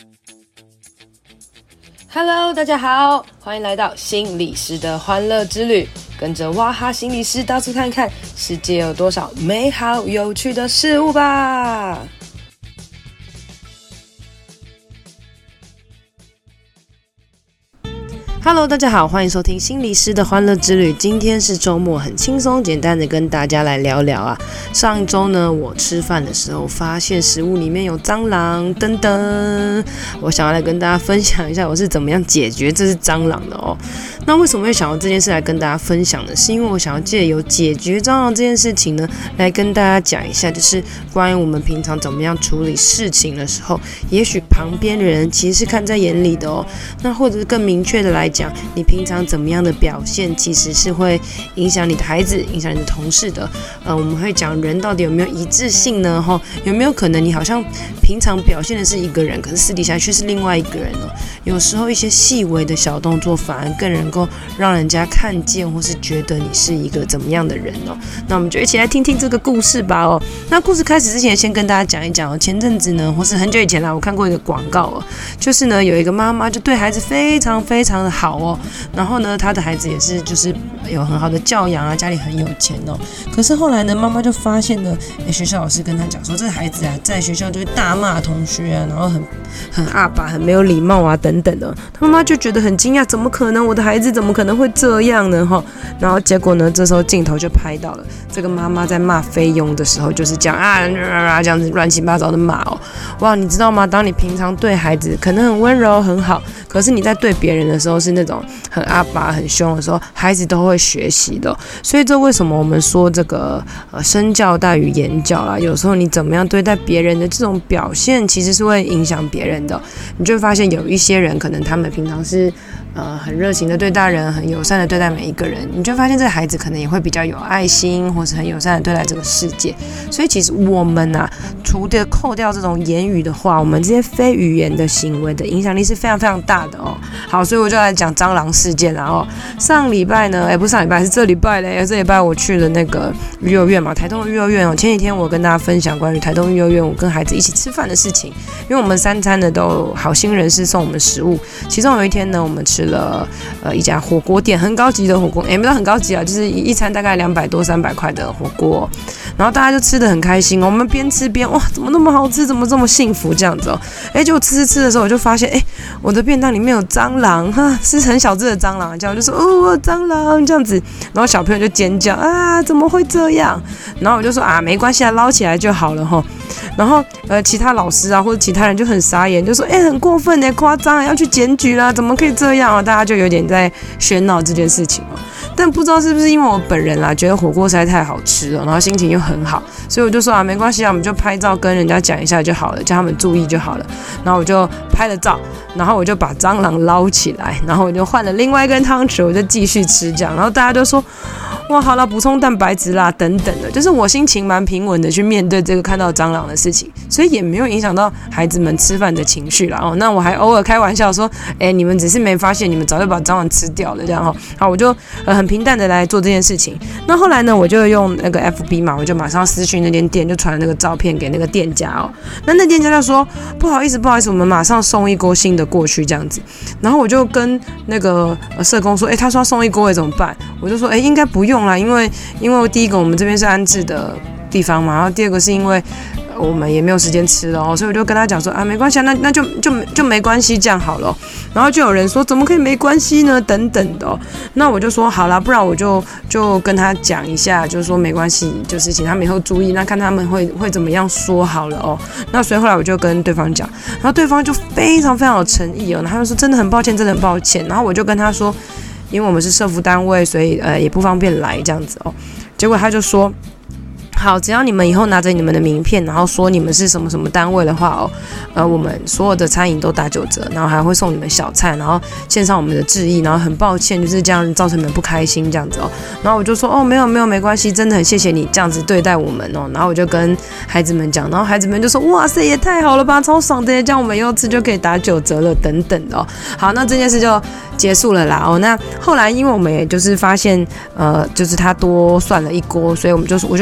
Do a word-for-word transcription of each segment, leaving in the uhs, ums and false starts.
Hello， 大家好，欢迎来到心理师的欢乐之旅，跟着哇哈心理师到处看看，世界有多少美好有趣的事物吧。Hello， 大家好，欢迎收听心理师的欢乐之旅。今天是周末，很轻松简单的跟大家来聊聊啊。上一周呢，我吃饭的时候发现食物里面有蟑螂，等等，我想要来跟大家分享一下我是怎么样解决这是蟑螂的哦。那为什么会想要这件事来跟大家分享呢？是因为我想要借由解决蟑螂这件事情呢，来跟大家讲一下，就是关于我们平常怎么样处理事情的时候，也许旁边的人其实是看在眼里的哦。那或者是更明确的来讲，你平常怎么样的表现，其实是会影响你的孩子，影响你的同事的。呃，我们会讲人到底有没有一致性呢？哈，有没有可能你好像平常表现的是一个人，可是私底下却是另外一个人哦？有时候一些细微的小动作，反而更能够让人家看见，或是觉得你是一个怎么样的人哦。那我们就一起来听听这个故事吧哦。那故事开始之前，先跟大家讲一讲哦。前阵子呢，或是很久以前啦，我看过一个广告哦，就是呢有一个妈妈就对孩子非常非常的好哦，然后呢，她的孩子也是就是有很好的教养啊，家里很有钱哦。可是后来呢，妈妈就发现呢，诶学校老师跟她讲说，这个孩子啊，在学校就会大骂同学啊，然后很很阿爸，很没有礼貌啊，等等的。她妈妈就觉得很惊讶，怎么可能？我的孩子怎么可能会这样呢？哈，然后结果呢，这时候镜头就拍到了这个妈妈在骂菲佣的时候，就是这样啊啊这样子乱七八糟的骂哦。哇，你知道吗？当你平常对孩子可能很温柔很好，可是你在对别人的时候是那种很阿爸很凶的时候，孩子都会学习的。所以这为什么我们说这个呃身教大于言教啦？有时候你怎么样对待别人的这种表现，其实是会影响别人的。你就会发现有一些人可能他们平常是呃很热情的对待人，很友善的对待每一个人，你就发现这个孩子可能也会比较有爱心，或是很友善的对待这个世界。所以其实我们啊，除了扣掉这种言语的话，我们这些非语言的行为的影响力是非常非常大的哦。好，所以我就来讲蟑螂事件啦哦。上礼拜呢，哎，不是上礼拜，是这礼拜嘞。这礼拜我去了那个育幼院嘛，台东的育幼院哦。前几天我跟大家分享关于台东育幼院，我跟孩子一起吃饭的事情。因为我们三餐呢都有好心人士送我们食物，其中有一天呢，我们吃了呃一家火锅店，很高级的火锅，哎，没有很高级啊，就是一餐大概两百多三百块的火锅，然后大家就吃得很开心哦。我们边吃边哇，怎么那么好吃，怎么这么幸福这样子哦。哎，结果吃吃吃的时候，我就发现，哎，我的便当里面有蟑螂哈，是很小只的蟑螂，这样我就说哦蟑螂这样子，然后小朋友就尖叫啊，怎么会这样？然后我就说啊，没关系啊，捞起来就好了哈。然后呃，其他老师啊或者其他人就很傻眼，就说哎，很过分哎，夸张啊，要去检举啦，怎么可以这样啊？大家就有点在喧闹这件事情哦。但不知道是不是因为我本人啦，觉得火锅实在太好吃了，然后心情又很好，所以我就说啊，没关系啊，我们就拍照跟人家讲一下就好了，叫他们注意就好了。然后我就拍了照，然后我就把蟑螂捞起来，然后我就换了另外一根汤匙，我就继续吃这样。然后大家就说哇，好了，补充蛋白质啦，等等的，就是我心情蛮平稳的去面对这个看到蟑螂的事情，所以也没有影响到孩子们吃饭的情绪啦。哦，那我还偶尔开玩笑说，哎，你们只是没发现，你们早就把蟑螂吃掉了这样哈。好，我就呃很平淡的来做这件事情。那后来呢，我就用那个 F B 嘛，我就马上私讯那间店，就传了那个照片给那个店家哦。那那店家就说不好意思，不好意思，我们马上送一锅新的过去这样子。然后我就跟那个社工说，哎，他说要送一锅，怎么办？我就说，哎，应该不用啦，因为因为第一个我们这边是安置的地方嘛，然后第二个是因为我们也没有时间吃了哦，所以我就跟他讲说啊，没关系啊，那那就就就没关系，这样好了哦。然后就有人说怎么可以没关系呢？等等的哦。那我就说好啦，不然我就就跟他讲一下，就是说没关系，就是请他们以后注意，那看他们会会怎么样说好了哦。那所以后来我就跟对方讲，然后对方就非常非常有诚意哦，然后他就说真的很抱歉，真的很抱歉。然后我就跟他说，因为我们是社福单位，所以呃也不方便来这样子哦。结果他就说，好，只要你们以后拿着你们的名片，然后说你们是什么什么单位的话哦，呃，我们所有的餐饮都打九折，然后还会送你们小菜，然后献上我们的致意，然后很抱歉就是这样造成你们不开心这样子哦。然后我就说哦，没有没有没关系，真的很谢谢你这样子对待我们哦。然后我就跟孩子们讲，然后孩子们就说哇塞，也太好了吧，超爽的耶，这样我们以后吃就可以打九折了等等的哦。好，那这件事就结束了啦哦。那后来因为我们也就是发现呃，就是他多算了一锅，所以我们就我就跟他说，那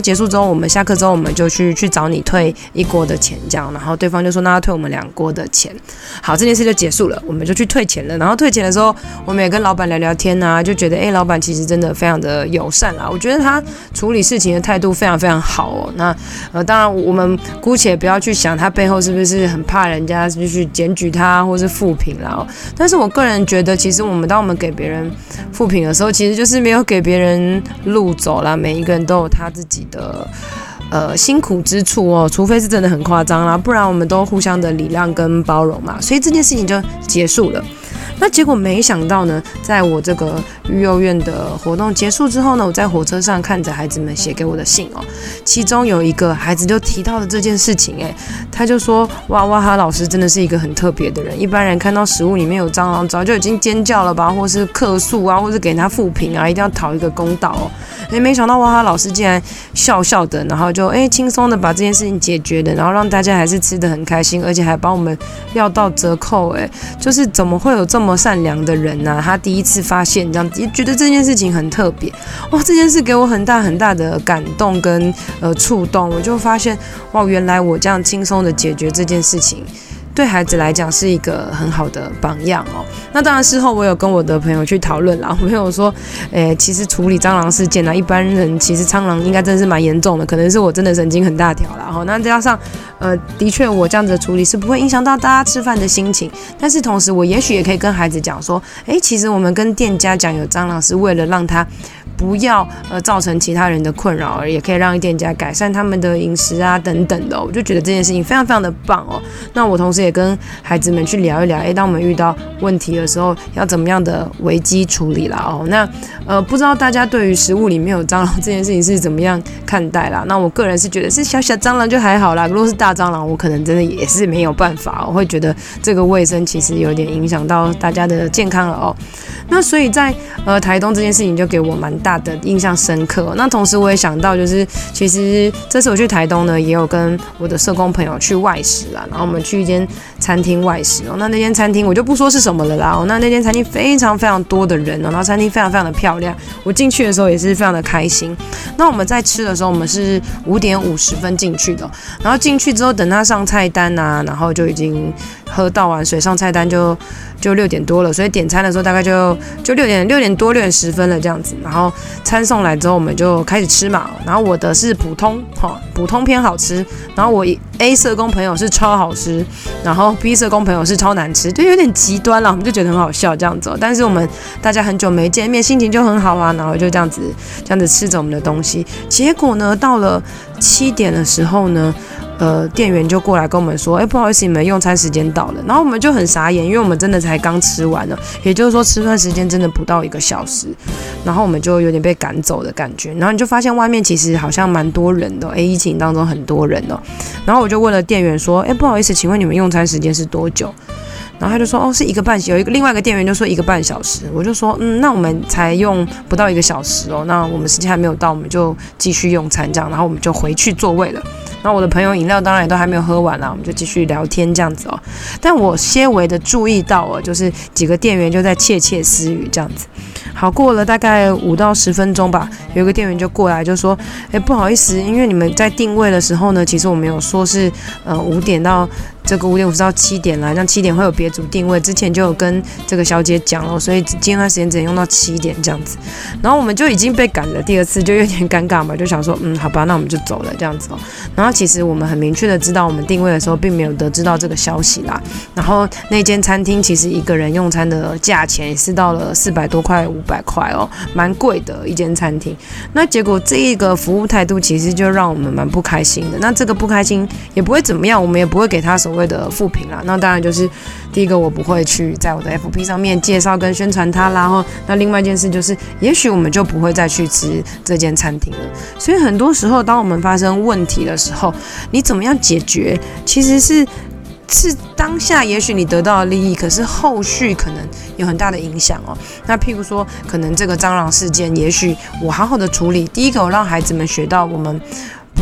结束之后，我们下课之后我们就去去找你退一锅的钱这样，然后对方就说那要退我们两锅的钱。好，这件事就结束了，我们就去退钱了。然后退钱的时候，我们也跟老板聊聊天啊，就觉得哎，老板其实真的非常的友善啦，我觉得他处理事情的态度非常非常好哦。那呃，当然我们姑且不要去想他背后是不是很怕人家就去检举他或是负评啦、哦。但是我个人觉得，其实我们当我们给别人负评的时候，其实就是没有给别人路走啦。每一个人都有他自己的呃辛苦之处哦，除非是真的很夸张啦，不然我们都互相的礼让跟包容嘛。所以这件事情就结束了。那结果没想到呢，在我这个育幼院的活动结束之后呢，我在火车上看着孩子们写给我的信哦，其中有一个孩子就提到了这件事情，哎，他就说哇哇哈老师真的是一个很特别的人，一般人看到食物里面有蟑螂，早就已经尖叫了吧，或是客诉啊，或是给他负评啊，一定要讨一个公道哦。哎，没想到哇哈老师竟然笑笑的，然后就哎轻松的把这件事情解决的，然后让大家还是吃得很开心，而且还帮我们要到折扣，哎，就是怎么会有这么善良的人啊，他第一次发现这样子，也觉得这件事情很特别哇！这件事给我很大很大的感动跟呃触动，我就发现哇，原来我这样轻松的解决这件事情，对孩子来讲是一个很好的榜样哦。那当然事后我有跟我的朋友去讨论啦，我朋友说，诶，其实处理蟑螂事件啊，一般人其实蟑螂应该真的是蛮严重的，可能是我真的神经很大条啦。哈，那加上呃，的确我这样子的处理是不会影响到大家吃饭的心情，但是同时我也许也可以跟孩子讲说，诶，其实我们跟店家讲有蟑螂是为了让他不要呃造成其他人的困扰，而也可以让店家改善他们的饮食啊等等的、哦，我就觉得这件事情非常非常的棒哦。那我同时也跟孩子们去聊一聊，诶，当我们遇到问题的时候，要怎么样的危机处理啦哦。那呃，不知道大家对于食物里面有蟑螂这件事情是怎么样看待啦？那我个人是觉得是小小蟑螂就还好啦，如果是大蟑螂，我可能真的也是没有办法，我会觉得这个卫生其实有点影响到大家的健康了哦。那所以在呃台东这件事情就给我蛮大的印象深刻、哦。那同时我也想到，就是其实这次我去台东呢，也有跟我的社工朋友去外食啦，然后我们去一间餐厅外食哦。那那间餐厅我就不说是什么了啦、哦。那那间餐厅非常非常多的人哦，然后餐厅非常非常的漂亮。我进去的时候也是非常的开心。那我们在吃的时候，我们是五点五十分进去的、哦，然后进去之后等他上菜单啊，然后就已经喝倒完水上菜单就就六点多了，所以点餐的时候大概就就六点六点多六点十分了这样子。然后餐送来之后，我们就开始吃嘛。然后我的是普通哈，普通偏好吃。然后我 A 社工朋友是超好吃，然后 B 社工朋友是超难吃，就有点极端了。我们就觉得很好笑这样子、哦。但是我们大家很久没见面，心情就很好啊。然后就这样子这样子吃着我们的东西。结果呢，到了七点的时候呢。呃，店员就过来跟我们说，哎，不好意思，你们用餐时间到了。然后我们就很傻眼，因为我们真的才刚吃完了，也就是说吃饭时间真的不到一个小时。然后我们就有点被赶走的感觉。然后你就发现外面其实好像蛮多人的、哦，哎，疫情当中很多人哦。然后我就问了店员说，哎，不好意思，请问你们用餐时间是多久？然后他就说，哦，是一个半小时。有一个另外一个店员就说一个半小时。我就说，嗯，那我们才用不到一个小时哦，那我们时间还没有到，我们就继续用餐这样，然后我们就回去座位了。然后我的朋友饮料当然也都还没有喝完啦，我们就继续聊天这样子哦。但我些微的注意到哦，就是几个店员就在窃窃私语这样子。好，过了大概五到十分钟吧，有一个店员就过来就说，哎，不好意思，因为你们在定位的时候呢，其实我们有说是呃五点到这个五点五十到七点啦，像七点会有别组定位，之前就有跟这个小姐讲了，所以今天时间只能用到七点这样子。然后我们就已经被赶了第二次，就有点尴尬嘛，就想说，嗯，好吧，那我们就走了这样子哦。然后其实我们很明确的知道，我们定位的时候并没有得知到这个消息啦。然后那间餐厅其实一个人用餐的价钱也是到了四百多块、五百块哦，蛮贵的一间餐厅。那结果这一个服务态度其实就让我们蛮不开心的。那这个不开心也不会怎么样，我们也不会给他所谓的负评啦。那当然就是第一个，我不会去在我的 F B 上面介绍跟宣传它啦。然后那另外一件事就是，也许我们就不会再去吃这间餐厅了。所以很多时候，当我们发生问题的时候，你怎么样解决，其实是是当下也许你得到的利益，可是后续可能有很大的影响哦。那譬如说，可能这个蟑螂事件，也许我好好的处理，第一个我让孩子们学到我们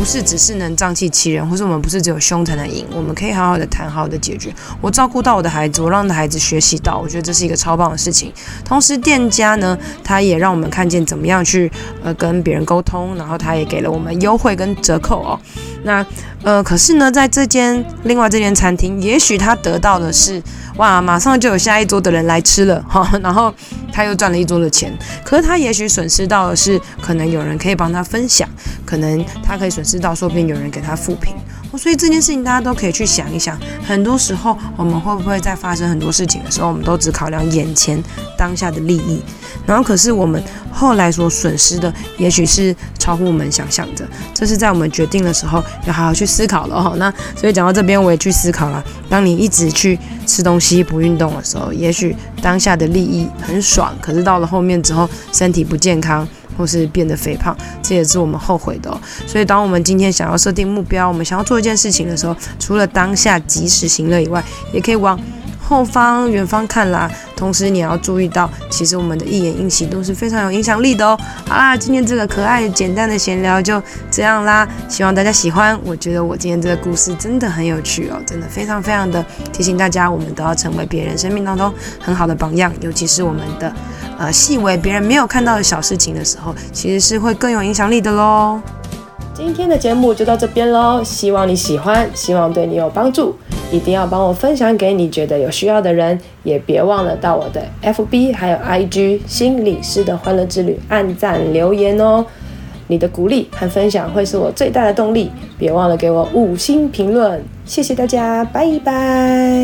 不是只是能瘴气欺人，或是我们不是只有凶才能赢，我们可以好好的谈，好好的解决。我照顾到我的孩子，我让我的孩子学习到，我觉得这是一个超棒的事情。同时店家呢，他也让我们看见怎么样去呃跟别人沟通，然后他也给了我们优惠跟折扣哦。那呃，可是呢，在这间另外这间餐厅，也许他得到的是哇，马上就有下一桌的人来吃了哈，然后他又赚了一桌的钱。可是他也许损失到的是，可能有人可以帮他分享，可能他可以损失到，说不定有人给他负评。所以这件事情大家都可以去想一想，很多时候我们会不会在发生很多事情的时候，我们都只考量眼前当下的利益，然后可是我们后来所损失的，也许是超乎我们想象的。这是在我们决定的时候要好好去思考了哦。那所以讲到这边，我也去思考了。当你一直去吃东西不运动的时候，也许当下的利益很爽，可是到了后面之后，身体不健康，或是变得肥胖，这也是我们后悔的哦。所以当我们今天想要设定目标，我们想要做一件事情的时候，除了当下及时行乐以外，也可以往后方远方看啦。同时你要注意到，其实我们的一言一行都是非常有影响力的哦。好啦，今天这个可爱简单的闲聊就这样啦，希望大家喜欢。我觉得我今天这个故事真的很有趣哦，真的非常非常的提醒大家，我们都要成为别人生命当中很好的榜样，尤其是我们的呃细微别人没有看到的小事情的时候，其实是会更有影响力的咯。今天的节目就到这边咯，希望你喜欢，希望对你有帮助，一定要帮我分享给你觉得有需要的人，也别忘了到我的 F B 还有 I G 心理师的欢乐之旅按赞留言哦。你的鼓励和分享会是我最大的动力，别忘了给我五星评论，谢谢大家，拜拜。